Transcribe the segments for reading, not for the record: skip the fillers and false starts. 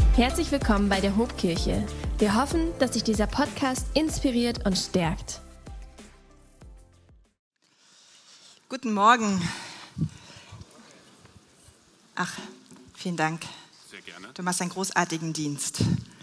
Herzlich willkommen bei der Hobkirche. Wir hoffen, dass dich dieser Podcast inspiriert und stärkt. Guten Morgen. Ach, vielen Dank. Sehr gerne. Du machst einen großartigen Dienst.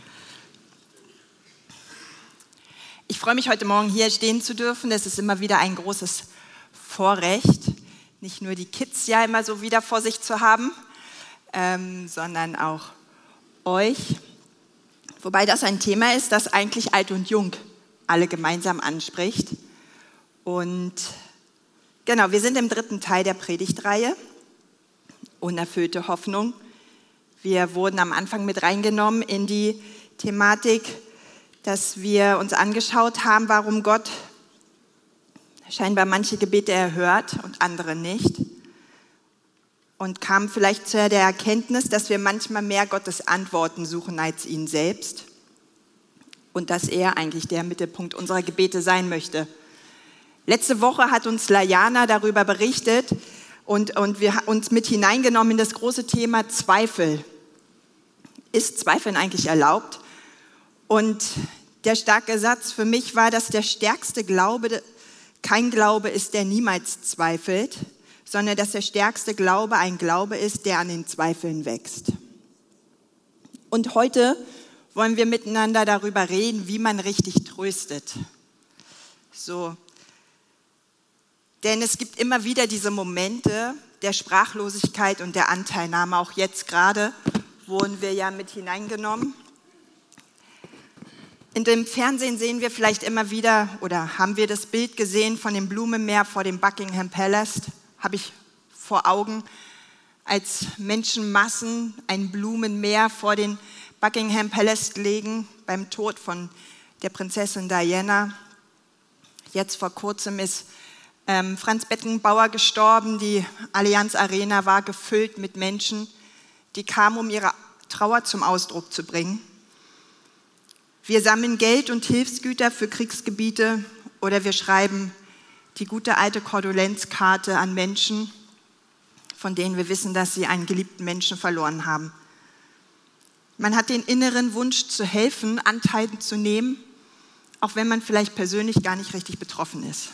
Ich freue mich, heute Morgen hier stehen zu dürfen. Das ist immer wieder ein großes Vorrecht, nicht nur die Kids ja immer so wieder vor sich zu haben, sondern auch euch. Wobei das ein Thema ist, das eigentlich alt und jung alle gemeinsam anspricht. Und genau, wir sind im 3. Teil der Predigtreihe, Unerfüllte Hoffnung. Wir wurden am Anfang mit reingenommen in die Thematik, dass wir uns angeschaut haben, warum Gott scheinbar manche Gebete erhört und andere nicht. Und kamen vielleicht zu der Erkenntnis, dass wir manchmal mehr Gottes Antworten suchen als ihn selbst. Und dass er eigentlich der Mittelpunkt unserer Gebete sein möchte. Letzte Woche hat uns Lajana darüber berichtet und wir haben uns mit hineingenommen in das große Thema Zweifel. Ist Zweifeln eigentlich erlaubt? Und der starke Satz für mich war, dass der stärkste Glaube kein Glaube ist, der niemals zweifelt, sondern dass der stärkste Glaube ein Glaube ist, der an den Zweifeln wächst. Und heute wollen wir miteinander darüber reden, wie man richtig tröstet. So. Denn es gibt immer wieder diese Momente der Sprachlosigkeit und der Anteilnahme. Auch jetzt gerade wurden wir ja mit hineingenommen. In dem Fernsehen sehen wir vielleicht immer wieder, oder haben wir das Bild gesehen von dem Blumenmeer vor dem Buckingham Palace, habe ich vor Augen, als Menschenmassen ein Blumenmeer vor den Buckingham Palace legen beim Tod von der Prinzessin Diana. Jetzt vor kurzem ist Franz Beckenbauer gestorben, die Allianz Arena war gefüllt mit Menschen, die kamen, um ihre Trauer zum Ausdruck zu bringen. Wir sammeln Geld und Hilfsgüter für Kriegsgebiete oder wir schreiben die gute alte Kondolenzkarte an Menschen, von denen wir wissen, dass sie einen geliebten Menschen verloren haben. Man hat den inneren Wunsch zu helfen, Anteil zu nehmen, auch wenn man vielleicht persönlich gar nicht richtig betroffen ist.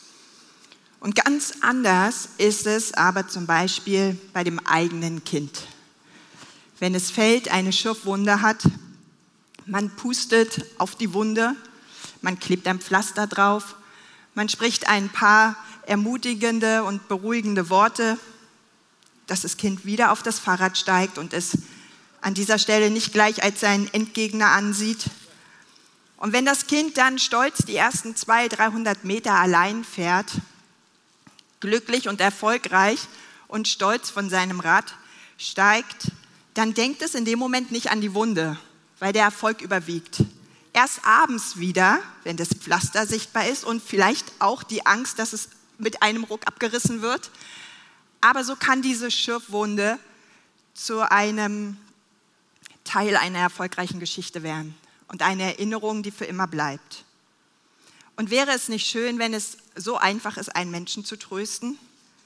Und ganz anders ist es aber zum Beispiel bei dem eigenen Kind. Wenn es fällt, eine Schürfwunde hat, man pustet auf die Wunde, man klebt ein Pflaster drauf, man spricht ein paar ermutigende und beruhigende Worte, dass das Kind wieder auf das Fahrrad steigt und es an dieser Stelle nicht gleich als seinen Endgegner ansieht. Und wenn das Kind dann stolz die ersten 200-300 Meter allein fährt, glücklich und erfolgreich und stolz von seinem Rad steigt, dann denkt es in dem Moment nicht an die Wunde, weil der Erfolg überwiegt. Erst abends wieder, wenn das Pflaster sichtbar ist und vielleicht auch die Angst, dass es mit einem Ruck abgerissen wird. Aber so kann diese Schürfwunde zu einem Teil einer erfolgreichen Geschichte werden und eine Erinnerung, die für immer bleibt. Und wäre es nicht schön, wenn es so einfach ist, einen Menschen zu trösten?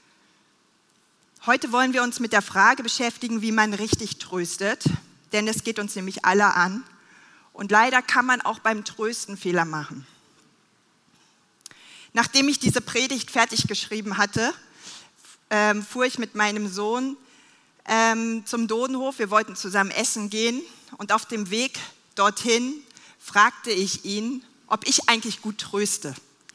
Heute wollen wir uns mit der Frage beschäftigen, wie man richtig tröstet. Denn es geht uns nämlich alle an. Und leider kann man auch beim Trösten Fehler machen. Nachdem ich diese Predigt fertig geschrieben hatte, fuhr ich mit meinem Sohn zum Dodenhof. Wir wollten zusammen essen gehen. Und auf dem Weg dorthin fragte ich ihn, ob ich eigentlich gut tröste.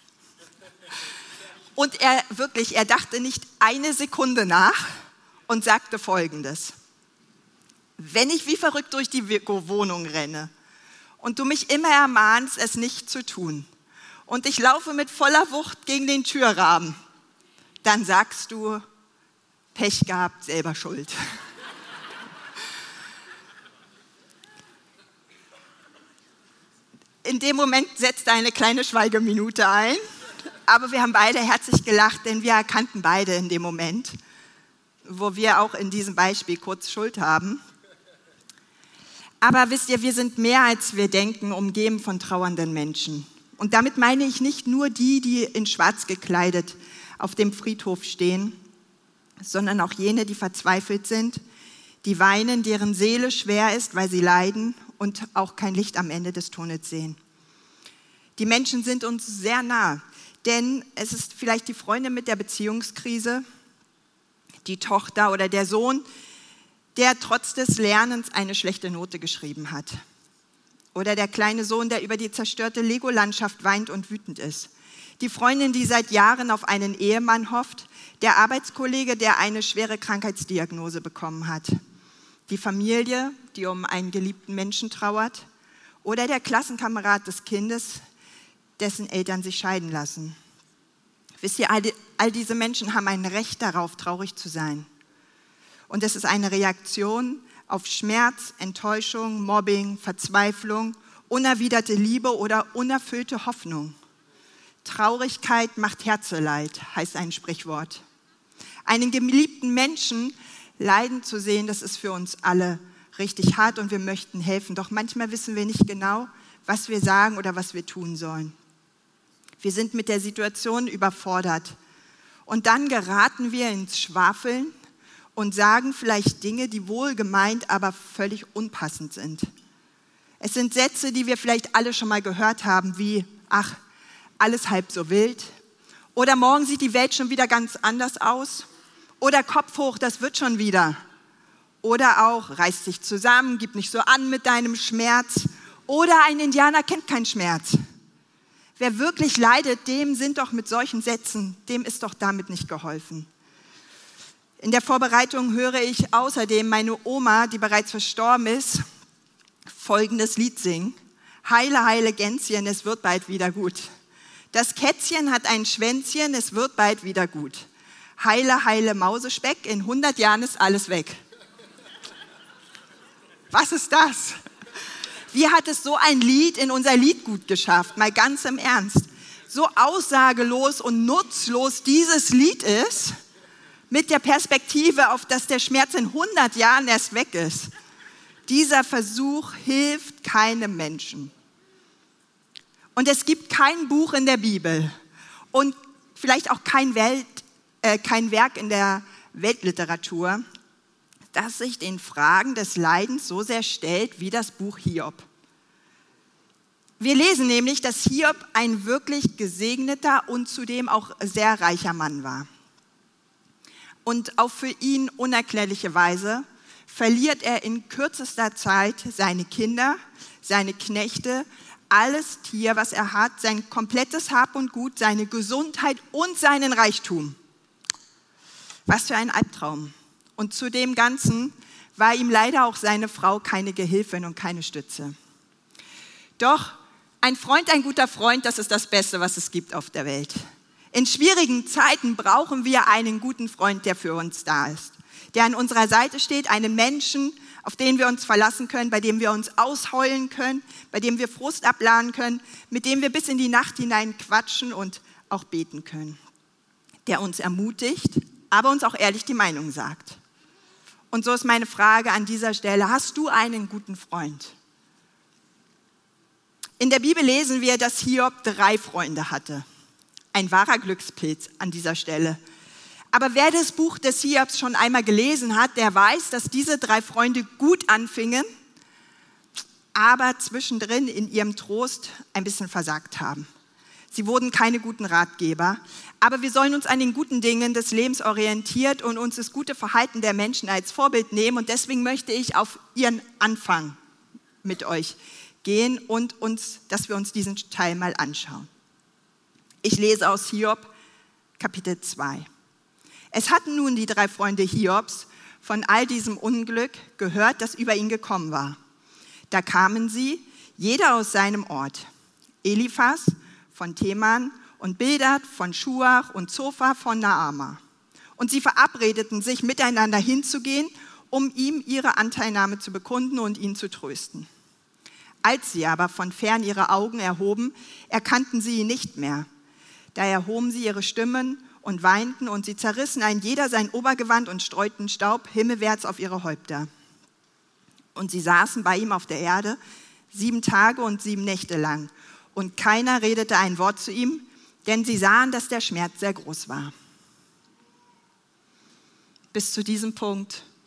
Und er dachte nicht eine Sekunde nach und sagte Folgendes: Wenn ich wie verrückt durch die Wohnung renne und du mich immer ermahnst, es nicht zu tun und ich laufe mit voller Wucht gegen den Türrahmen, dann sagst du, Pech gehabt, selber schuld. In dem Moment setzte eine kleine Schweigeminute ein, aber wir haben beide herzlich gelacht, denn wir erkannten beide in dem Moment, wo wir auch in diesem Beispiel kurz Schuld haben. Aber wisst ihr, wir sind mehr als wir denken, umgeben von trauernden Menschen. Und damit meine ich nicht nur die in schwarz gekleidet auf dem Friedhof stehen, sondern auch jene, die verzweifelt sind, die weinen, deren Seele schwer ist, weil sie leiden und auch kein Licht am Ende des Tunnels sehen. Die Menschen sind uns sehr nah, denn es ist vielleicht die Freundin mit der Beziehungskrise, die Tochter oder der Sohn, der trotz des Lernens eine schlechte Note geschrieben hat. Oder der kleine Sohn, der über die zerstörte Lego-Landschaft weint und wütend ist. Die Freundin, die seit Jahren auf einen Ehemann hofft. Der Arbeitskollege, der eine schwere Krankheitsdiagnose bekommen hat. Die Familie, die um einen geliebten Menschen trauert. Oder der Klassenkamerad des Kindes, dessen Eltern sich scheiden lassen. Wisst ihr, all diese Menschen haben ein Recht darauf, traurig zu sein. Und es ist eine Reaktion auf Schmerz, Enttäuschung, Mobbing, Verzweiflung, unerwiderte Liebe oder unerfüllte Hoffnung. Traurigkeit macht Herzeleid, heißt ein Sprichwort. Einen geliebten Menschen leiden zu sehen, das ist für uns alle richtig hart und wir möchten helfen. Doch manchmal wissen wir nicht genau, was wir sagen oder was wir tun sollen. Wir sind mit der Situation überfordert. Und dann geraten wir ins Schwafeln und sagen vielleicht Dinge, die wohlgemeint, aber völlig unpassend sind. Es sind Sätze, die wir vielleicht alle schon mal gehört haben, wie, ach, alles halb so wild. Oder morgen sieht die Welt schon wieder ganz anders aus. Oder Kopf hoch, das wird schon wieder. Oder auch, reiß dich zusammen, gib nicht so an mit deinem Schmerz. Oder ein Indianer kennt keinen Schmerz. Wer wirklich leidet, dem sind doch mit solchen Sätzen, dem ist doch damit nicht geholfen. In der Vorbereitung höre ich außerdem meine Oma, die bereits verstorben ist, folgendes Lied singen. Heile, heile Gänschen, es wird bald wieder gut. Das Kätzchen hat ein Schwänzchen, es wird bald wieder gut. Heile, heile Mausespeck, in 100 Jahren ist alles weg. Was ist das? Wie hat es so ein Lied in unser Liedgut geschafft? Mal ganz im Ernst. So aussagelos und nutzlos dieses Lied ist, mit der Perspektive, auf dass der Schmerz in 100 Jahren erst weg ist. Dieser Versuch hilft keinem Menschen. Und es gibt kein Buch in der Bibel und vielleicht auch kein Werk in der Weltliteratur, das sich den Fragen des Leidens so sehr stellt wie das Buch Hiob. Wir lesen nämlich, dass Hiob ein wirklich gesegneter und zudem auch sehr reicher Mann war. Und auf für ihn unerklärliche Weise verliert er in kürzester Zeit seine Kinder, seine Knechte, alles Tier, was er hat, sein komplettes Hab und Gut, seine Gesundheit und seinen Reichtum. Was für ein Albtraum. Und zu dem Ganzen war ihm leider auch seine Frau keine Gehilfin und keine Stütze. Doch ein Freund, ein guter Freund, das ist das Beste, was es gibt auf der Welt. In schwierigen Zeiten brauchen wir einen guten Freund, der für uns da ist, der an unserer Seite steht, einen Menschen, auf den wir uns verlassen können, bei dem wir uns ausheulen können, bei dem wir Frust abladen können, mit dem wir bis in die Nacht hinein quatschen und auch beten können, der uns ermutigt, aber uns auch ehrlich die Meinung sagt. Und so ist meine Frage an dieser Stelle, hast du einen guten Freund? In der Bibel lesen wir, dass Hiob 3 Freunde hatte. Ein wahrer Glückspilz an dieser Stelle. Aber wer das Buch des Hiobs schon einmal gelesen hat, der weiß, dass diese 3 Freunde gut anfingen, aber zwischendrin in ihrem Trost ein bisschen versagt haben. Sie wurden keine guten Ratgeber, aber wir sollen uns an den guten Dingen des Lebens orientiert und uns das gute Verhalten der Menschen als Vorbild nehmen. Und deswegen möchte ich auf ihren Anfang mit euch gehen und dass wir uns diesen Teil mal anschauen. Ich lese aus Hiob, Kapitel 2. Es hatten nun die 3 Freunde Hiobs von all diesem Unglück gehört, das über ihn gekommen war. Da kamen sie, jeder aus seinem Ort. Eliphas von Teman und Bildad von Schuach und Zophar von Naama. Und sie verabredeten sich, miteinander hinzugehen, um ihm ihre Anteilnahme zu bekunden und ihn zu trösten. Als sie aber von fern ihre Augen erhoben, erkannten sie ihn nicht mehr. Da erhoben sie ihre Stimmen und weinten, und sie zerrissen ein jeder sein Obergewand und streuten Staub himmelwärts auf ihre Häupter. Und sie saßen bei ihm auf der Erde 7 Tage und 7 Nächte lang. Und keiner redete ein Wort zu ihm, denn sie sahen, dass der Schmerz sehr groß war. Bis zu diesem Punkt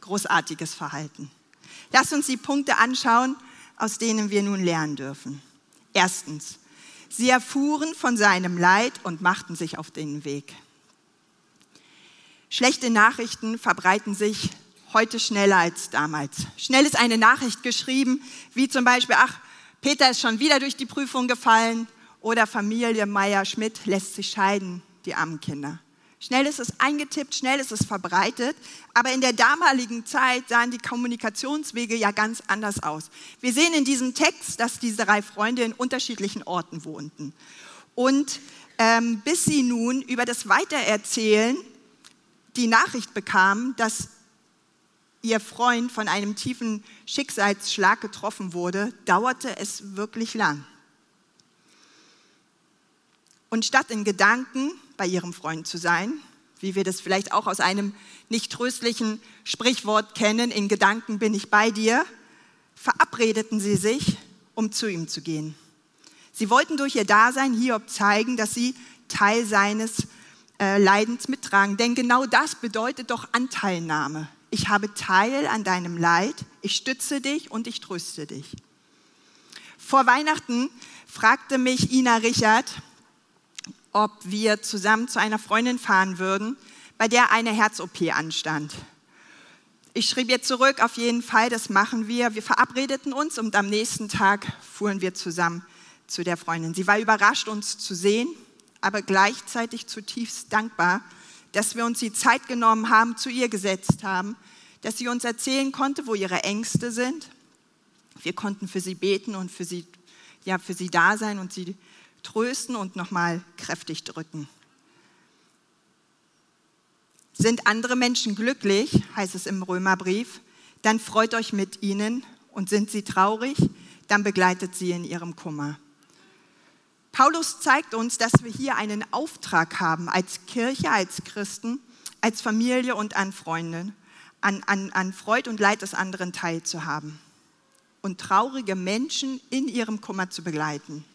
großartiges Verhalten. Lasst uns die Punkte anschauen, aus denen wir nun lernen dürfen. Erstens, sie erfuhren von seinem Leid und machten sich auf den Weg. Schlechte Nachrichten verbreiten sich heute schneller als damals. Schnell ist eine Nachricht geschrieben, wie zum Beispiel, ach, Peter ist schon wieder durch die Prüfung gefallen oder Familie Meier-Schmidt lässt sich scheiden, die armen Kinder. Schnell ist es eingetippt, schnell ist es verbreitet, aber in der damaligen Zeit sahen die Kommunikationswege ja ganz anders aus. Wir sehen in diesem Text, dass diese 3 Freunde in unterschiedlichen Orten wohnten. Und bis sie nun über das Weitererzählen die Nachricht bekamen, dass ihr Freund von einem tiefen Schicksalsschlag getroffen wurde, dauerte es wirklich lang. Und statt in Gedanken bei ihrem Freund zu sein, wie wir das vielleicht auch aus einem nicht tröstlichen Sprichwort kennen, in Gedanken bin ich bei dir, verabredeten sie sich, um zu ihm zu gehen. Sie wollten durch ihr Dasein Hiob zeigen, dass sie Teil seines Leidens mittragen. Denn genau das bedeutet doch Anteilnahme. Ich habe Teil an deinem Leid, ich stütze dich und ich tröste dich. Vor Weihnachten fragte mich Ina Richard, ob wir zusammen zu einer Freundin fahren würden, bei der eine Herz-OP anstand. Ich schrieb ihr zurück, auf jeden Fall, das machen wir. Wir verabredeten uns und am nächsten Tag fuhren wir zusammen zu der Freundin. Sie war überrascht, uns zu sehen, aber gleichzeitig zutiefst dankbar, dass wir uns die Zeit genommen haben, zu ihr gesetzt haben, dass sie uns erzählen konnte, wo ihre Ängste sind. Wir konnten für sie beten und für sie da sein und sie trösten und nochmal kräftig drücken. Sind andere Menschen glücklich, heißt es im Römerbrief, dann freut euch mit ihnen, und sind sie traurig, dann begleitet sie in ihrem Kummer. Paulus zeigt uns, dass wir hier einen Auftrag haben, als Kirche, als Christen, als Familie und an Freunde, an Freud und Leid des anderen teilzuhaben und traurige Menschen in ihrem Kummer zu begleiten.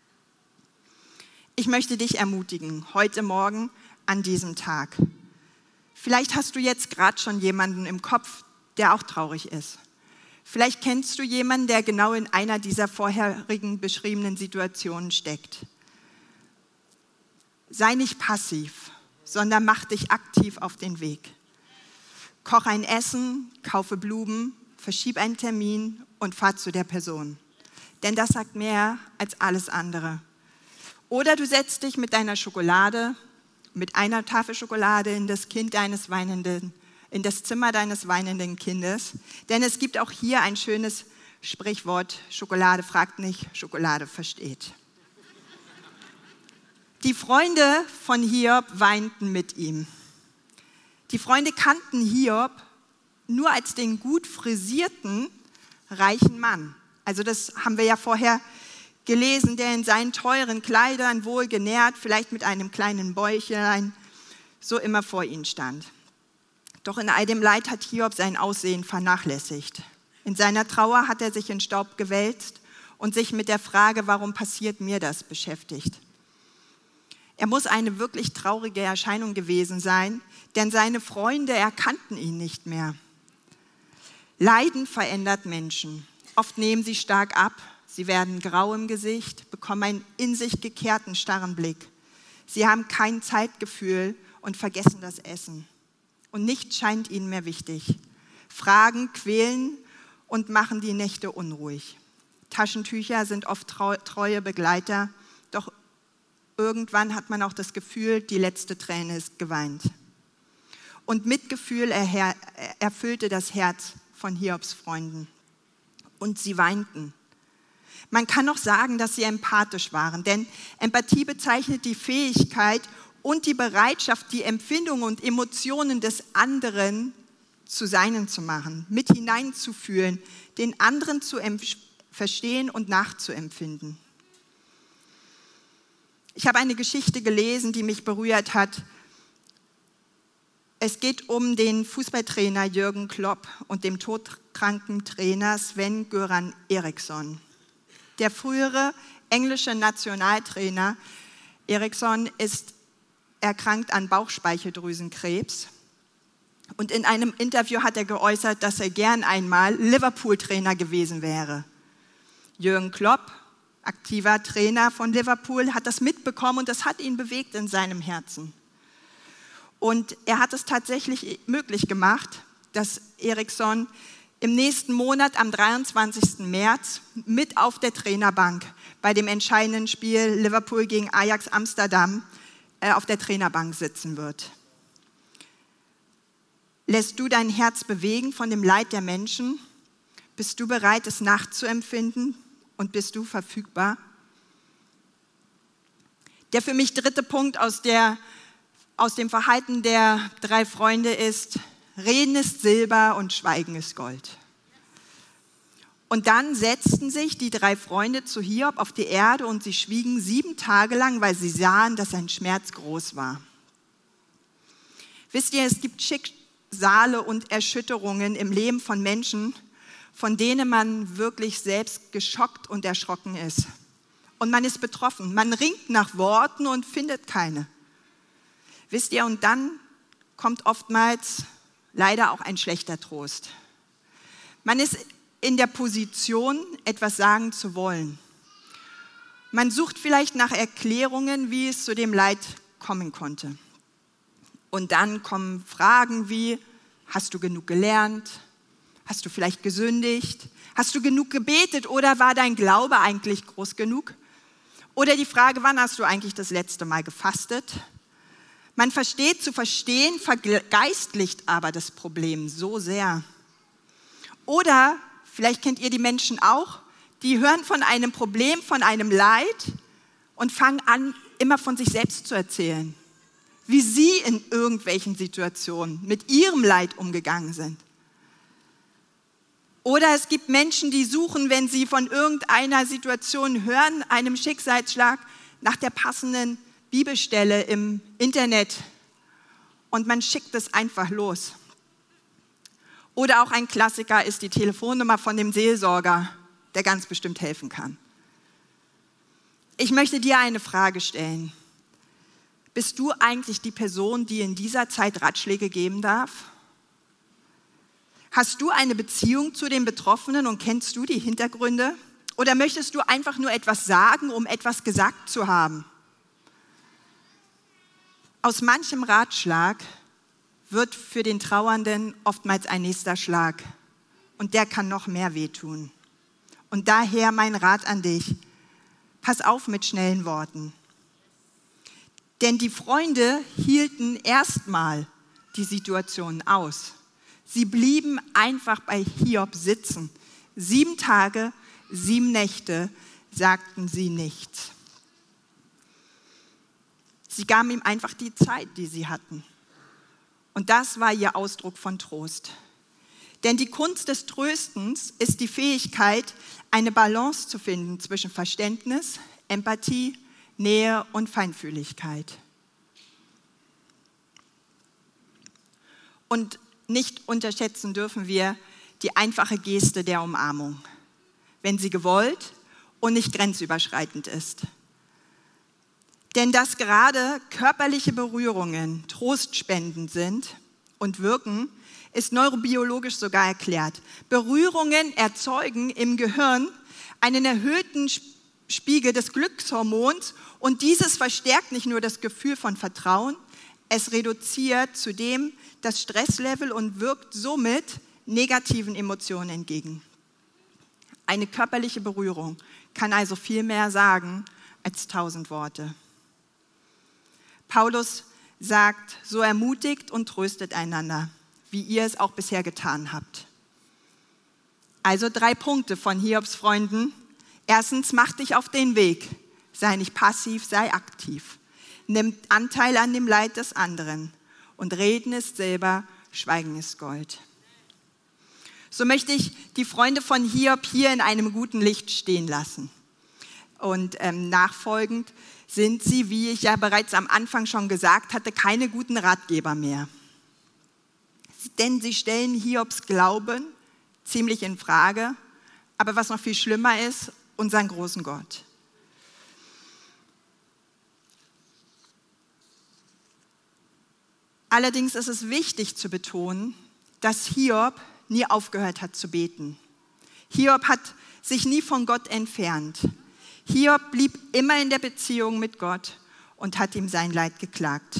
Ich möchte dich ermutigen, heute Morgen an diesem Tag. Vielleicht hast du jetzt gerade schon jemanden im Kopf, der auch traurig ist. Vielleicht kennst du jemanden, der genau in einer dieser vorherigen beschriebenen Situationen steckt. Sei nicht passiv, sondern mach dich aktiv auf den Weg. Koch ein Essen, kaufe Blumen, verschieb einen Termin und fahr zu der Person. Denn das sagt mehr als alles andere. Oder du setzt dich mit deiner Schokolade, mit einer Tafel Schokolade in das Zimmer deines weinenden Kindes. Denn es gibt auch hier ein schönes Sprichwort: Schokolade fragt nicht, Schokolade versteht. Die Freunde von Hiob weinten mit ihm. Die Freunde kannten Hiob nur als den gut frisierten, reichen Mann. Also das haben wir ja vorher gelesen, der in seinen teuren Kleidern, wohlgenährt, vielleicht mit einem kleinen Bäuchlein, so immer vor ihnen stand. Doch in all dem Leid hat Hiob sein Aussehen vernachlässigt. In seiner Trauer hat er sich in Staub gewälzt und sich mit der Frage, warum passiert mir das, beschäftigt. Er muss eine wirklich traurige Erscheinung gewesen sein, denn seine Freunde erkannten ihn nicht mehr. Leiden verändert Menschen. Oft nehmen sie stark ab, sie werden grau im Gesicht, bekommen einen in sich gekehrten, starren Blick. Sie haben kein Zeitgefühl und vergessen das Essen. Und nichts scheint ihnen mehr wichtig. Fragen quälen und machen die Nächte unruhig. Taschentücher sind oft treue Begleiter, doch irgendwann hat man auch das Gefühl, die letzte Träne ist geweint. Und Mitgefühl erfüllte das Herz von Hiobs Freunden. Und sie weinten. Man kann auch sagen, dass sie empathisch waren, denn Empathie bezeichnet die Fähigkeit und die Bereitschaft, die Empfindungen und Emotionen des anderen zu seinen zu machen, mit hineinzufühlen, den anderen zu verstehen und nachzuempfinden. Ich habe eine Geschichte gelesen, die mich berührt hat. Es geht um den Fußballtrainer Jürgen Klopp und dem todkranken Trainer Sven-Göran Eriksson. Der frühere englische Nationaltrainer Eriksson ist erkrankt an Bauchspeicheldrüsenkrebs Und in einem Interview hat er geäußert, dass er gern einmal Liverpool-Trainer gewesen wäre. Jürgen Klopp, aktiver Trainer von Liverpool, hat das mitbekommen und das hat ihn bewegt in seinem Herzen. Und er hat es tatsächlich möglich gemacht, dass Eriksson im nächsten Monat, am 23. März, mit auf der Trainerbank bei dem entscheidenden Spiel Liverpool gegen Ajax Amsterdam auf der Trainerbank sitzen wird. Lässt du dein Herz bewegen von dem Leid der Menschen? Bist du bereit, es nachzuempfinden? Und bist du verfügbar? Der für mich dritte Punkt aus dem Verhalten der 3 Freunde ist: Reden ist Silber und Schweigen ist Gold. Und dann setzten sich die 3 Freunde zu Hiob auf die Erde und sie schwiegen 7 Tage lang, weil sie sahen, dass sein Schmerz groß war. Wisst ihr, es gibt Schicksale und Erschütterungen im Leben von Menschen, von denen man wirklich selbst geschockt und erschrocken ist. Und man ist betroffen. Man ringt nach Worten und findet keine. Wisst ihr, und dann kommt oftmals leider auch ein schlechter Trost. Man ist in der Position, etwas sagen zu wollen. Man sucht vielleicht nach Erklärungen, wie es zu dem Leid kommen konnte. Und dann kommen Fragen wie: Hast du genug gelernt? Hast du vielleicht gesündigt? Hast du genug gebetet oder war dein Glaube eigentlich groß genug? Oder die Frage: Wann hast du eigentlich das letzte Mal gefastet? Man versteht zu verstehen, vergeistlicht aber das Problem so sehr. Oder vielleicht kennt ihr die Menschen auch, die hören von einem Problem, von einem Leid und fangen an, immer von sich selbst zu erzählen, wie sie in irgendwelchen Situationen mit ihrem Leid umgegangen sind. Oder es gibt Menschen, die suchen, wenn sie von irgendeiner Situation hören, einem Schicksalsschlag, nach der passenden Bibelstelle im Internet und man schickt es einfach los. Oder auch ein Klassiker ist die Telefonnummer von dem Seelsorger, der ganz bestimmt helfen kann. Ich möchte dir eine Frage stellen. Bist du eigentlich die Person, die in dieser Zeit Ratschläge geben darf? Hast du eine Beziehung zu den Betroffenen und kennst du die Hintergründe? Oder möchtest du einfach nur etwas sagen, um etwas gesagt zu haben? Aus manchem Ratschlag wird für den Trauernden oftmals ein nächster Schlag. Und der kann noch mehr wehtun. Und daher mein Rat an dich: Pass auf mit schnellen Worten. Denn die Freunde hielten erstmal die Situation aus. Sie blieben einfach bei Hiob sitzen. 7 Tage, 7 Nächte sagten sie nichts. Sie gaben ihm einfach die Zeit, die sie hatten. Und das war ihr Ausdruck von Trost. Denn die Kunst des Tröstens ist die Fähigkeit, eine Balance zu finden zwischen Verständnis, Empathie, Nähe und Feinfühligkeit. Und nicht unterschätzen dürfen wir die einfache Geste der Umarmung, wenn sie gewollt und nicht grenzüberschreitend ist. Denn dass gerade körperliche Berührungen trostspendend sind und wirken, ist neurobiologisch sogar erklärt. Berührungen erzeugen im Gehirn einen erhöhten Spiegel des Glückshormons und dieses verstärkt nicht nur das Gefühl von Vertrauen, es reduziert zudem das Stresslevel und wirkt somit negativen Emotionen entgegen. Eine körperliche Berührung kann also viel mehr sagen als 1000 Worte. Paulus sagt: So ermutigt und tröstet einander, wie ihr es auch bisher getan habt. Also 3 Punkte von Hiobs Freunden. Erstens, mach dich auf den Weg. Sei nicht passiv, sei aktiv. Nimm Anteil an dem Leid des anderen. Und Reden ist Silber, Schweigen ist Gold. So möchte ich die Freunde von Hiob hier in einem guten Licht stehen lassen. Und nachfolgend sind sie, wie ich ja bereits am Anfang schon gesagt hatte, keine guten Ratgeber mehr. Denn sie stellen Hiobs Glauben ziemlich in Frage, aber was noch viel schlimmer ist, unseren großen Gott. Allerdings ist es wichtig zu betonen, dass Hiob nie aufgehört hat zu beten. Hiob hat sich nie von Gott entfernt. Hiob blieb immer in der Beziehung mit Gott und hat ihm sein Leid geklagt.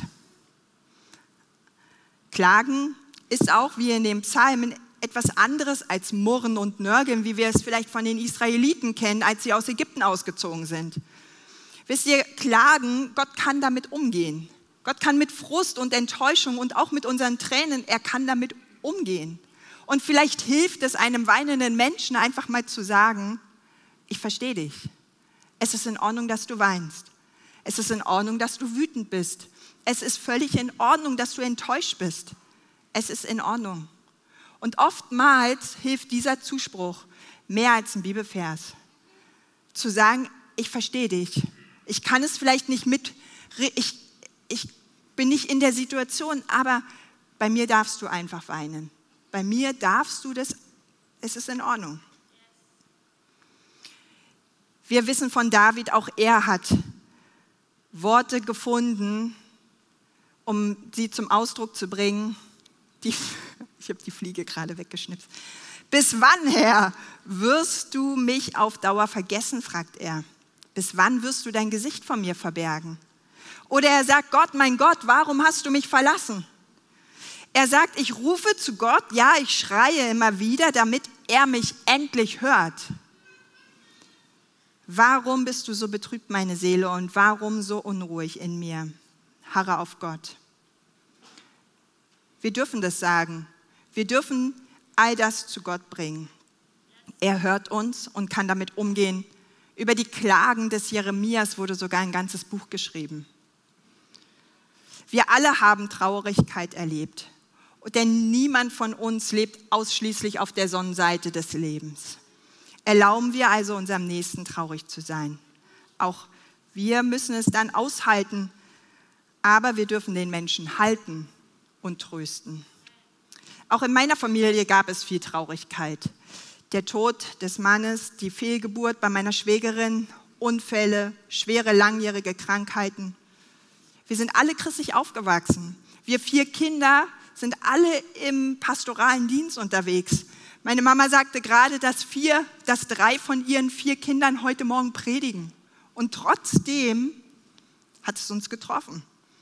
Klagen ist auch, wie in dem Psalmen, etwas anderes als Murren und Nörgeln, wie wir es vielleicht von den Israeliten kennen, als sie aus Ägypten ausgezogen sind. Wisst ihr, Klagen, Gott kann damit umgehen. Gott kann mit Frust und Enttäuschung und auch mit unseren Tränen, er kann damit umgehen. Und vielleicht hilft es einem weinenden Menschen einfach mal zu sagen, ich verstehe dich. Es ist in Ordnung, dass du weinst. Es ist in Ordnung, dass du wütend bist. Es ist völlig in Ordnung, dass du enttäuscht bist. Es ist in Ordnung. Und oftmals hilft dieser Zuspruch mehr als ein Bibelvers. Zu sagen, ich verstehe dich. Ich kann es vielleicht nicht ich bin nicht in der Situation, aber bei mir darfst du einfach weinen. Bei mir darfst du das, es ist in Ordnung. Wir wissen von David, auch er hat Worte gefunden, um sie zum Ausdruck zu bringen. Ich habe die Fliege gerade weggeschnipst. Bis wann, Herr, wirst du mich auf Dauer vergessen, fragt er. Bis wann wirst du dein Gesicht vor mir verbergen? Oder er sagt, Gott, mein Gott, warum hast du mich verlassen? Er sagt, ich rufe zu Gott, ja, ich schreie immer wieder, damit er mich endlich hört. Warum bist du so betrübt, meine Seele, und warum so unruhig in mir? Harre auf Gott. Wir dürfen das sagen. Wir dürfen all das zu Gott bringen. Er hört uns und kann damit umgehen. Über die Klagen des Jeremias wurde sogar ein ganzes Buch geschrieben. Wir alle haben Traurigkeit erlebt. Denn niemand von uns lebt ausschließlich auf der Sonnenseite des Lebens. Erlauben wir also unserem Nächsten traurig zu sein. Auch wir müssen es dann aushalten, aber wir dürfen den Menschen halten und trösten. Auch in meiner Familie gab es viel Traurigkeit. Der Tod des Mannes, die Fehlgeburt bei meiner Schwägerin, Unfälle, schwere langjährige Krankheiten. Wir sind alle christlich aufgewachsen. Wir 4 Kinder sind alle im pastoralen Dienst unterwegs. Meine Mama sagte gerade, dass 3 von ihren 4 Kindern heute Morgen predigen. Und trotzdem hat es uns getroffen.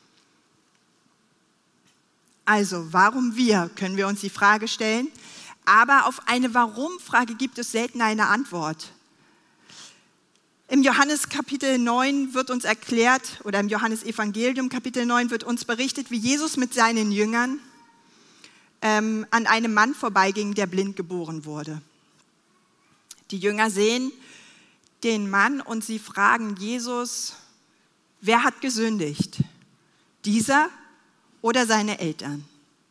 Also, warum wir, können wir uns die Frage stellen. Aber auf eine Warum-Frage gibt es selten eine Antwort. Im Johannes Kapitel 9 wird uns erklärt, oder im Johannesevangelium Kapitel 9 wird uns berichtet, wie Jesus mit seinen Jüngern an einem Mann vorbeiging, der blind geboren wurde. Die Jünger sehen den Mann und sie fragen Jesus, wer hat gesündigt? Dieser oder seine Eltern?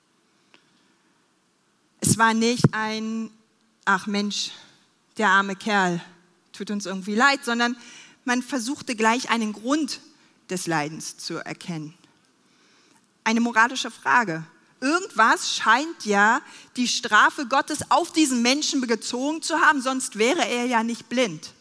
Es war nicht ein, ach Mensch, der arme Kerl, tut uns irgendwie leid, sondern man versuchte gleich einen Grund des Leidens zu erkennen. Eine moralische Frage. Irgendwas scheint ja die Strafe Gottes auf diesen Menschen gezogen zu haben, sonst wäre er ja nicht blind.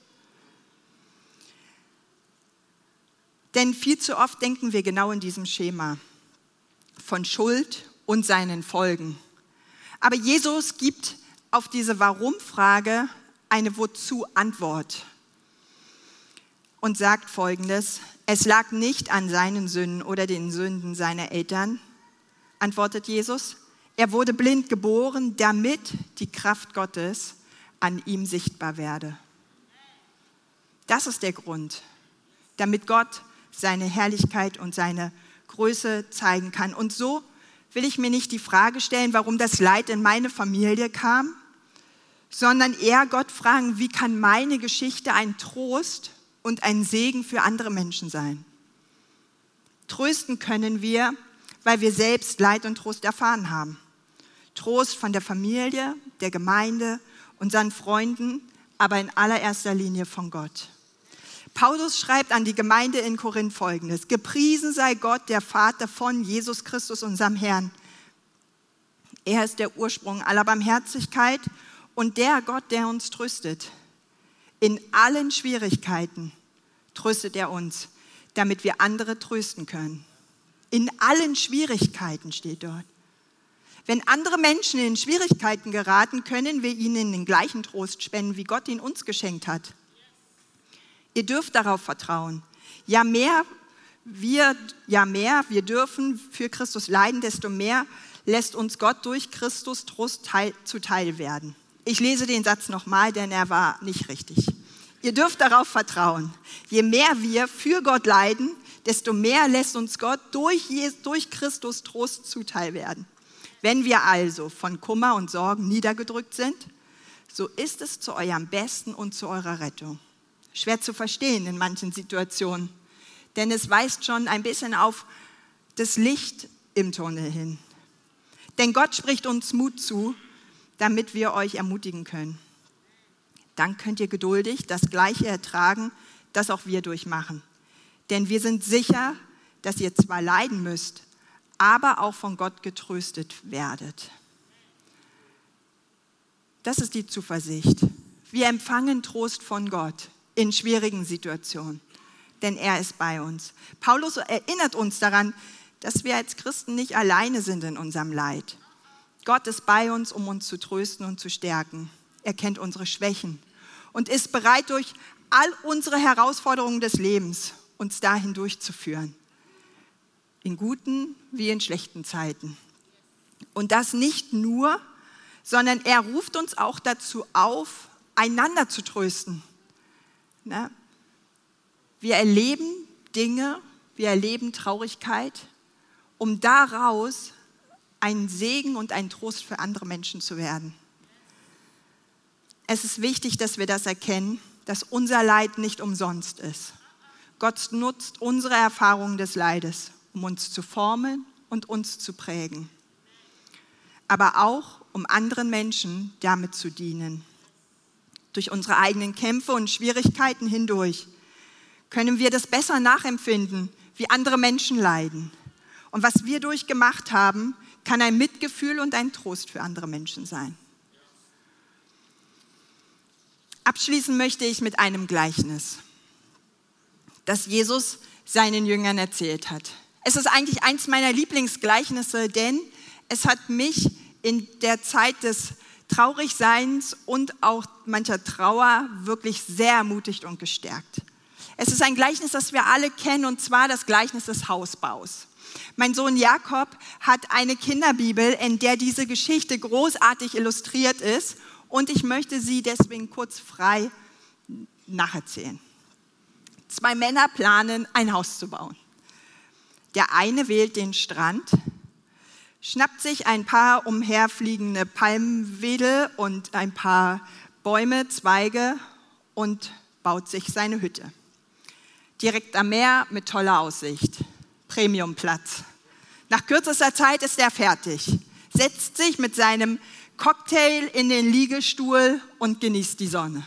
Denn viel zu oft denken wir genau in diesem Schema von Schuld und seinen Folgen. Aber Jesus gibt auf diese Warum-Frage eine Wozu-Antwort und sagt Folgendes: Es lag nicht an seinen Sünden oder den Sünden seiner Eltern, antwortet Jesus. Er wurde blind geboren, damit die Kraft Gottes an ihm sichtbar werde. Das ist der Grund, damit Gott seine Herrlichkeit und seine Größe zeigen kann. Und so will ich mir nicht die Frage stellen, warum das Leid in meine Familie kam, sondern eher Gott fragen, wie kann meine Geschichte ein Trost und ein Segen für andere Menschen sein? Trösten können wir, weil wir selbst Leid und Trost erfahren haben. Trost von der Familie, der Gemeinde, unseren Freunden, aber in allererster Linie von Gott. Paulus schreibt an die Gemeinde in Korinth Folgendes: Gepriesen sei Gott, der Vater von Jesus Christus, unserem Herrn. Er ist der Ursprung aller Barmherzigkeit und der Gott, der uns tröstet. In allen Schwierigkeiten tröstet er uns, damit wir andere trösten können. In allen Schwierigkeiten steht dort. Wenn andere Menschen in Schwierigkeiten geraten, können wir ihnen den gleichen Trost spenden, wie Gott ihn uns geschenkt hat. Ihr dürft darauf vertrauen. Je mehr wir dürfen für Christus leiden, desto mehr lässt uns Gott durch Christus Trost zuteil werden. Ich lese den Satz nochmal, denn er war nicht richtig. Ihr dürft darauf vertrauen. Je mehr wir für Gott leiden, desto mehr lässt uns Gott durch Christus Trost zuteil werden. Wenn wir also von Kummer und Sorgen niedergedrückt sind, so ist es zu eurem Besten und zu eurer Rettung. Schwer zu verstehen in manchen Situationen, denn es weist schon ein bisschen auf das Licht im Tunnel hin. Denn Gott spricht uns Mut zu, damit wir euch ermutigen können. Dann könnt ihr geduldig das Gleiche ertragen, das auch wir durchmachen. Denn wir sind sicher, dass ihr zwar leiden müsst, aber auch von Gott getröstet werdet. Das ist die Zuversicht. Wir empfangen Trost von Gott in schwierigen Situationen, denn er ist bei uns. Paulus erinnert uns daran, dass wir als Christen nicht alleine sind in unserem Leid. Gott ist bei uns, um uns zu trösten und zu stärken. Er kennt unsere Schwächen und ist bereit, durch all unsere Herausforderungen des Lebens uns dahin durchzuführen. In guten wie in schlechten Zeiten. Und das nicht nur, sondern er ruft uns auch dazu auf, einander zu trösten. Wir erleben Dinge, wir erleben Traurigkeit, um daraus ein Segen und ein Trost für andere Menschen zu werden. Es ist wichtig, dass wir das erkennen, dass unser Leid nicht umsonst ist. Gott nutzt unsere Erfahrungen des Leides, um uns zu formen und uns zu prägen. Aber auch, um anderen Menschen damit zu dienen. Durch unsere eigenen Kämpfe und Schwierigkeiten hindurch können wir das besser nachempfinden, wie andere Menschen leiden. Und was wir durchgemacht haben, kann ein Mitgefühl und ein Trost für andere Menschen sein. Abschließen möchte ich mit einem Gleichnis, das Jesus seinen Jüngern erzählt hat. Es ist eigentlich eins meiner Lieblingsgleichnisse, denn es hat mich in der Zeit des Traurigseins und auch mancher Trauer wirklich sehr ermutigt und gestärkt. Es ist ein Gleichnis, das wir alle kennen, und zwar das Gleichnis des Hausbaus. Mein Sohn Jakob hat eine Kinderbibel, in der diese Geschichte großartig illustriert ist, und ich möchte sie deswegen kurz frei nacherzählen. 2 Männer planen, ein Haus zu bauen. Der eine wählt den Strand, schnappt sich ein paar umherfliegende Palmwedel und ein paar Bäume, Zweige und baut sich seine Hütte. Direkt am Meer mit toller Aussicht. Premiumplatz. Nach kürzester Zeit ist er fertig, setzt sich mit seinem Cocktail in den Liegestuhl und genießt die Sonne.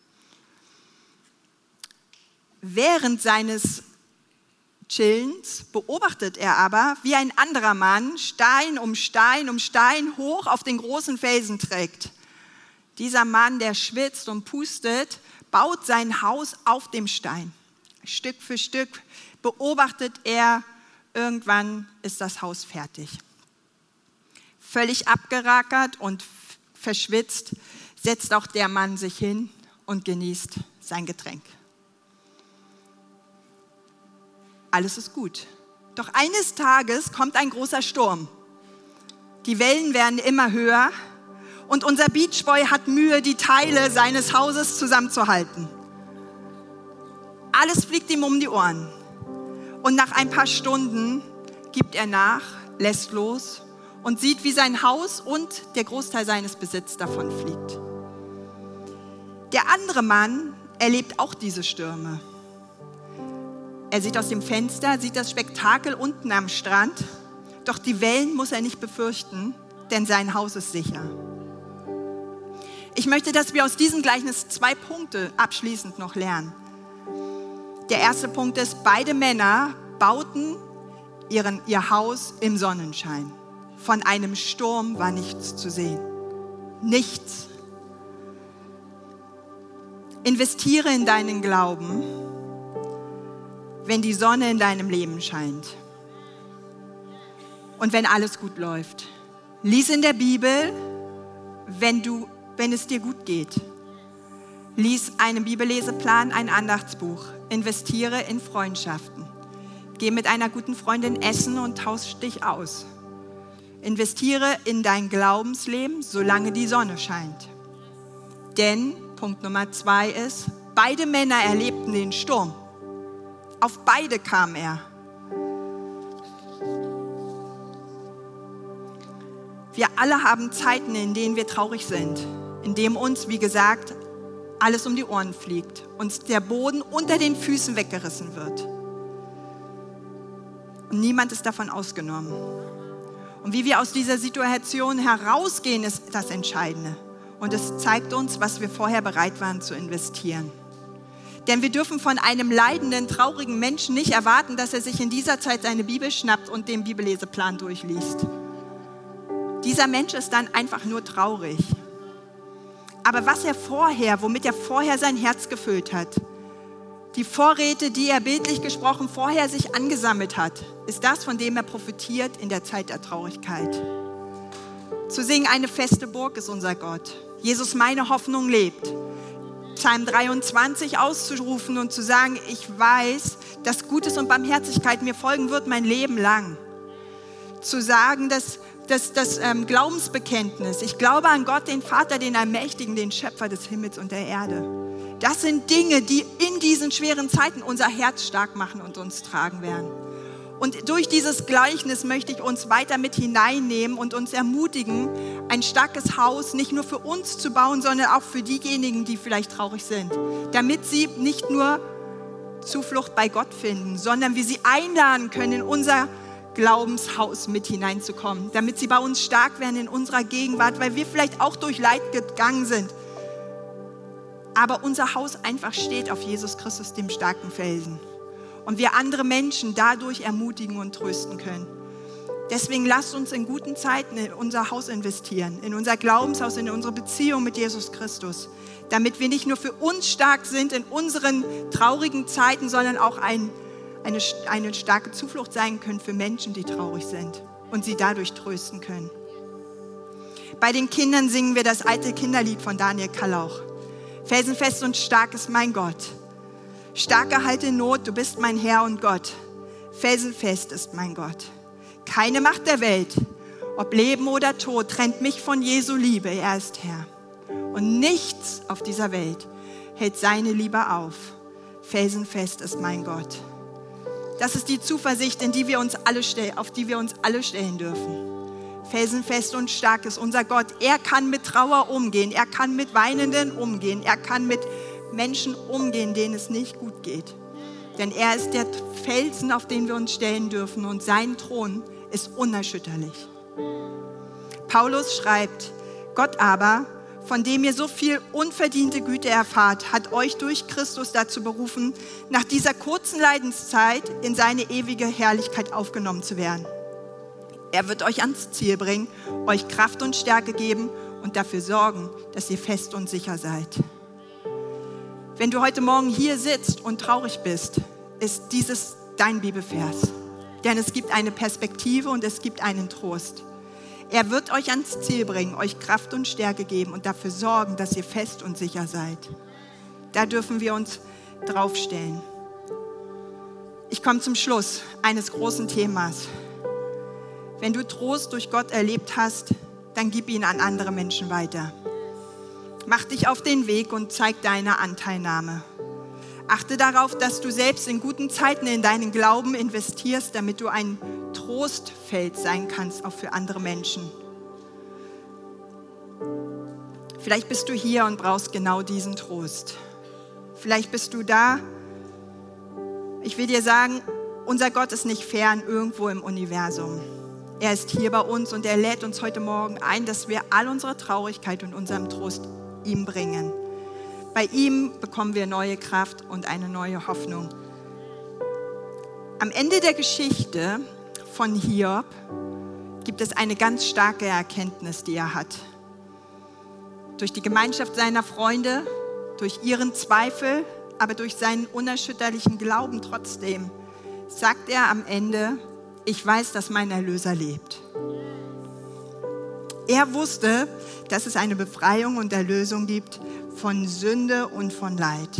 Während seines Chillens beobachtet er aber, wie ein anderer Mann Stein um Stein um Stein hoch auf den großen Felsen trägt. Dieser Mann, der schwitzt und pustet, baut sein Haus auf dem Stein. Stück für Stück beobachtet er, irgendwann ist das Haus fertig. Völlig abgerackert und verschwitzt setzt auch der Mann sich hin und genießt sein Getränk. Alles ist gut. Doch eines Tages kommt ein großer Sturm. Die Wellen werden immer höher und unser Beachboy hat Mühe, die Teile seines Hauses zusammenzuhalten. Alles fliegt ihm um die Ohren. Und nach ein paar Stunden gibt er nach, lässt los und sieht, wie sein Haus und der Großteil seines Besitzes davon fliegt. Der andere Mann erlebt auch diese Stürme. Er sieht aus dem Fenster, sieht das Spektakel unten am Strand, doch die Wellen muss er nicht befürchten, denn sein Haus ist sicher. Ich möchte, dass wir aus diesem Gleichnis 2 Punkte abschließend noch lernen. Der erste Punkt ist, beide Männer bauten ihr Haus im Sonnenschein. Von einem Sturm war nichts zu sehen. Nichts. Investiere in deinen Glauben, wenn die Sonne in deinem Leben scheint. und wenn alles gut läuft. Lies in der Bibel, wenn es dir gut geht. Lies einen Bibelleseplan, ein Andachtsbuch. Investiere in Freundschaften. Geh mit einer guten Freundin essen und tausch dich aus. Investiere in dein Glaubensleben, solange die Sonne scheint. Denn, Punkt Nummer 2 ist, beide Männer erlebten den Sturm. Auf beide kam er. Wir alle haben Zeiten, in denen wir traurig sind, in denen uns, wie gesagt, alles um die Ohren fliegt, uns der Boden unter den Füßen weggerissen wird. Und niemand ist davon ausgenommen. Und wie wir aus dieser Situation herausgehen, ist das Entscheidende. Und es zeigt uns, was wir vorher bereit waren zu investieren. Denn wir dürfen von einem leidenden, traurigen Menschen nicht erwarten, dass er sich in dieser Zeit seine Bibel schnappt und den Bibelleseplan durchliest. Dieser Mensch ist dann einfach nur traurig. Aber womit er vorher sein Herz gefüllt hat, die Vorräte, die er bildlich gesprochen vorher sich angesammelt hat, ist das, von dem er profitiert in der Zeit der Traurigkeit. Zu singen, eine feste Burg ist unser Gott. Jesus, meine Hoffnung lebt. Psalm 23 auszurufen und zu sagen, ich weiß, dass Gutes und Barmherzigkeit mir folgen wird mein Leben lang. Zu sagen, dass das Glaubensbekenntnis, ich glaube an Gott, den Vater, den Allmächtigen, den Schöpfer des Himmels und der Erde. Das sind Dinge, die in diesen schweren Zeiten unser Herz stark machen und uns tragen werden. Und durch dieses Gleichnis möchte ich uns weiter mit hineinnehmen und uns ermutigen, ein starkes Haus nicht nur für uns zu bauen, sondern auch für diejenigen, die vielleicht traurig sind. Damit sie nicht nur Zuflucht bei Gott finden, sondern wir sie einladen können, in unser Glaubenshaus mit hineinzukommen. Damit sie bei uns stark werden in unserer Gegenwart, weil wir vielleicht auch durch Leid gegangen sind. Aber unser Haus einfach steht auf Jesus Christus, dem starken Felsen. Und wir andere Menschen dadurch ermutigen und trösten können. Deswegen lasst uns in guten Zeiten in unser Haus investieren, in unser Glaubenshaus, in unsere Beziehung mit Jesus Christus, damit wir nicht nur für uns stark sind in unseren traurigen Zeiten, sondern auch eine starke Zuflucht sein können für Menschen, die traurig sind und sie dadurch trösten können. Bei den Kindern singen wir das alte Kinderlied von Daniel Kallauch. Felsenfest und stark ist mein Gott. Starke Halt in Not, du bist mein Herr und Gott. Felsenfest ist mein Gott. Keine Macht der Welt, ob Leben oder Tod, trennt mich von Jesu Liebe, er ist Herr. Und nichts auf dieser Welt hält seine Liebe auf. Felsenfest ist mein Gott. Das ist die Zuversicht, auf die wir uns alle stellen dürfen. Felsenfest und stark ist unser Gott. Er kann mit Trauer umgehen, er kann mit Weinenden umgehen, er kann mit Menschen umgehen, denen es nicht gut geht. Denn er ist der Felsen, auf den wir uns stellen dürfen, und sein Thron ist unerschütterlich. Paulus schreibt, Gott aber, von dem ihr so viel unverdiente Güte erfahrt, hat euch durch Christus dazu berufen, nach dieser kurzen Leidenszeit in seine ewige Herrlichkeit aufgenommen zu werden. Er wird euch ans Ziel bringen, euch Kraft und Stärke geben und dafür sorgen, dass ihr fest und sicher seid. Wenn du heute Morgen hier sitzt und traurig bist, ist dieses dein Bibelvers. Denn es gibt eine Perspektive und es gibt einen Trost. Er wird euch ans Ziel bringen, euch Kraft und Stärke geben und dafür sorgen, dass ihr fest und sicher seid. Da dürfen wir uns draufstellen. Ich komme zum Schluss eines großen Themas. Wenn du Trost durch Gott erlebt hast, dann gib ihn an andere Menschen weiter. Mach dich auf den Weg und zeig deine Anteilnahme. Achte darauf, dass du selbst in guten Zeiten in deinen Glauben investierst, damit du ein Trostfeld sein kannst, auch für andere Menschen. Vielleicht bist du hier und brauchst genau diesen Trost. Vielleicht bist du da. Ich will dir sagen, unser Gott ist nicht fern irgendwo im Universum. Er ist hier bei uns und er lädt uns heute Morgen ein, dass wir all unsere Traurigkeit und unseren Trost ihm bringen. Bei ihm bekommen wir neue Kraft und eine neue Hoffnung. Am Ende der Geschichte von Hiob gibt es eine ganz starke Erkenntnis, die er hat. Durch die Gemeinschaft seiner Freunde, durch ihren Zweifel, aber durch seinen unerschütterlichen Glauben trotzdem, sagt er am Ende, ich weiß, dass mein Erlöser lebt. Er wusste, dass es eine Befreiung und Erlösung gibt von Sünde und von Leid.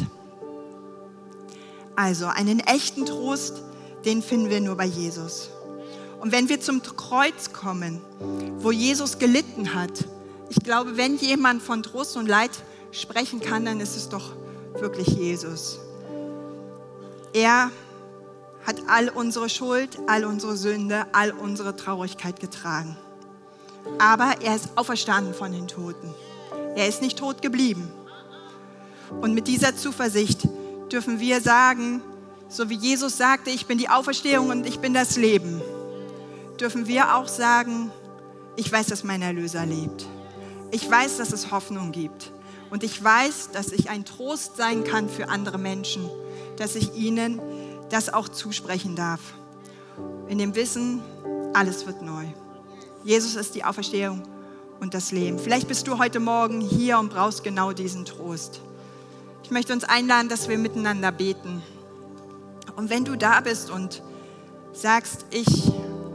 Also einen echten Trost, den finden wir nur bei Jesus. Und wenn wir zum Kreuz kommen, wo Jesus gelitten hat, ich glaube, wenn jemand von Trost und Leid sprechen kann, dann ist es doch wirklich Jesus. Er hat all unsere Schuld, all unsere Sünde, all unsere Traurigkeit getragen. Aber er ist auferstanden von den Toten. Er ist nicht tot geblieben. Und mit dieser Zuversicht dürfen wir sagen, so wie Jesus sagte, ich bin die Auferstehung und ich bin das Leben, dürfen wir auch sagen, ich weiß, dass mein Erlöser lebt. Ich weiß, dass es Hoffnung gibt. Und ich weiß, dass ich ein Trost sein kann für andere Menschen, dass ich ihnen das auch zusprechen darf. In dem Wissen, alles wird neu. Jesus ist die Auferstehung und das Leben. Vielleicht bist du heute Morgen hier und brauchst genau diesen Trost. Ich möchte uns einladen, dass wir miteinander beten. Und wenn du da bist und sagst, ich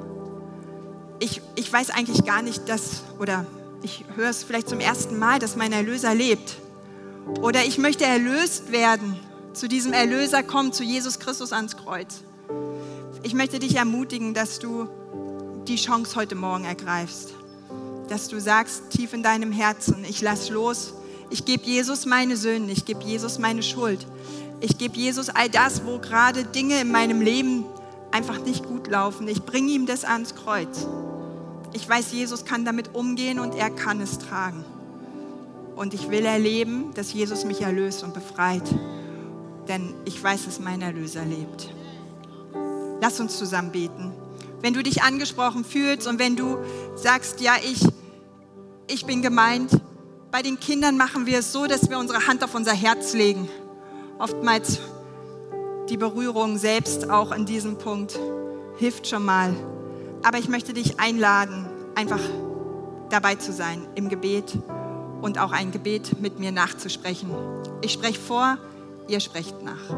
weiß eigentlich gar nicht, oder ich höre es vielleicht zum ersten Mal, dass mein Erlöser lebt. Oder ich möchte erlöst werden, zu diesem Erlöser kommen, zu Jesus Christus ans Kreuz. Ich möchte dich ermutigen, dass du die Chance heute Morgen ergreifst. Dass du sagst, tief in deinem Herzen, ich lass los. Ich gebe Jesus meine Sünden, ich gebe Jesus meine Schuld. Ich gebe Jesus all das, wo gerade Dinge in meinem Leben einfach nicht gut laufen. Ich bringe ihm das ans Kreuz. Ich weiß, Jesus kann damit umgehen und er kann es tragen. Und ich will erleben, dass Jesus mich erlöst und befreit. Denn ich weiß, dass mein Erlöser lebt. Lass uns zusammen beten. Wenn du dich angesprochen fühlst und wenn du sagst, ja, ich bin gemeint, bei den Kindern machen wir es so, dass wir unsere Hand auf unser Herz legen. Oftmals die Berührung selbst auch in diesem Punkt hilft schon mal. Aber ich möchte dich einladen, einfach dabei zu sein im Gebet und auch ein Gebet mit mir nachzusprechen. Ich spreche vor, ihr sprecht nach.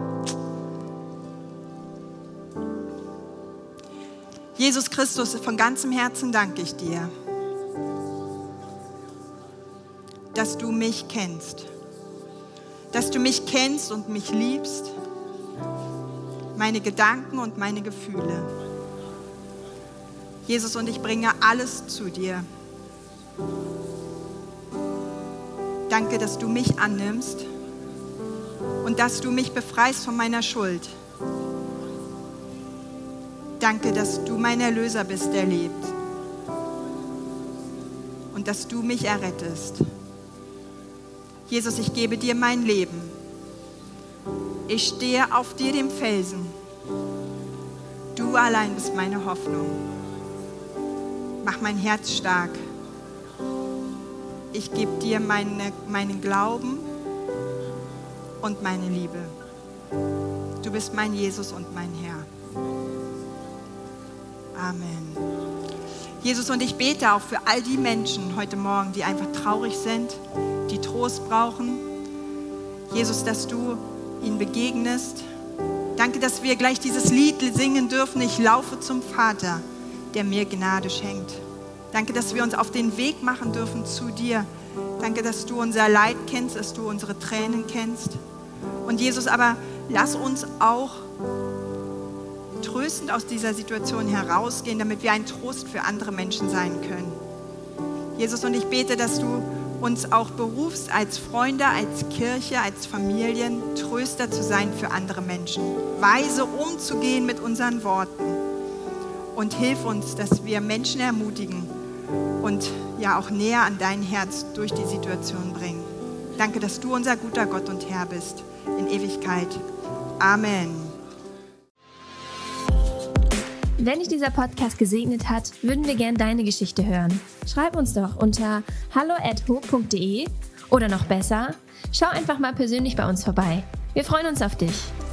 Jesus Christus, von ganzem Herzen danke ich dir, dass du mich kennst. Dass du mich kennst und mich liebst, meine Gedanken und meine Gefühle. Jesus, und ich bringe alles zu dir. Danke, dass du mich annimmst und dass du mich befreist von meiner Schuld. Danke, dass du mein Erlöser bist, der lebt. Und dass du mich errettest. Jesus, ich gebe dir mein Leben. Ich stehe auf dir, dem Felsen. Du allein bist meine Hoffnung. Mach mein Herz stark. Ich gebe dir meinen Glauben und meine Liebe. Du bist mein Jesus und mein Herr. Amen. Jesus, und ich bete auch für all die Menschen heute Morgen, die einfach traurig sind, die Trost brauchen. Jesus, dass du ihnen begegnest. Danke, dass wir gleich dieses Lied singen dürfen. Ich laufe zum Vater, der mir Gnade schenkt. Danke, dass wir uns auf den Weg machen dürfen zu dir. Danke, dass du unser Leid kennst, dass du unsere Tränen kennst. Und Jesus, aber lass uns auch tröstend aus dieser Situation herausgehen, damit wir ein Trost für andere Menschen sein können. Jesus, und ich bete, dass du uns auch berufst, als Freunde, als Kirche, als Familien, Tröster zu sein für andere Menschen. Weise umzugehen mit unseren Worten. Und hilf uns, dass wir Menschen ermutigen und ja auch näher an dein Herz durch die Situation bringen. Danke, dass du unser guter Gott und Herr bist in Ewigkeit. Amen. Wenn dich dieser Podcast gesegnet hat, würden wir gerne deine Geschichte hören. Schreib uns doch unter hallo@ho.de oder noch besser, schau einfach mal persönlich bei uns vorbei. Wir freuen uns auf dich.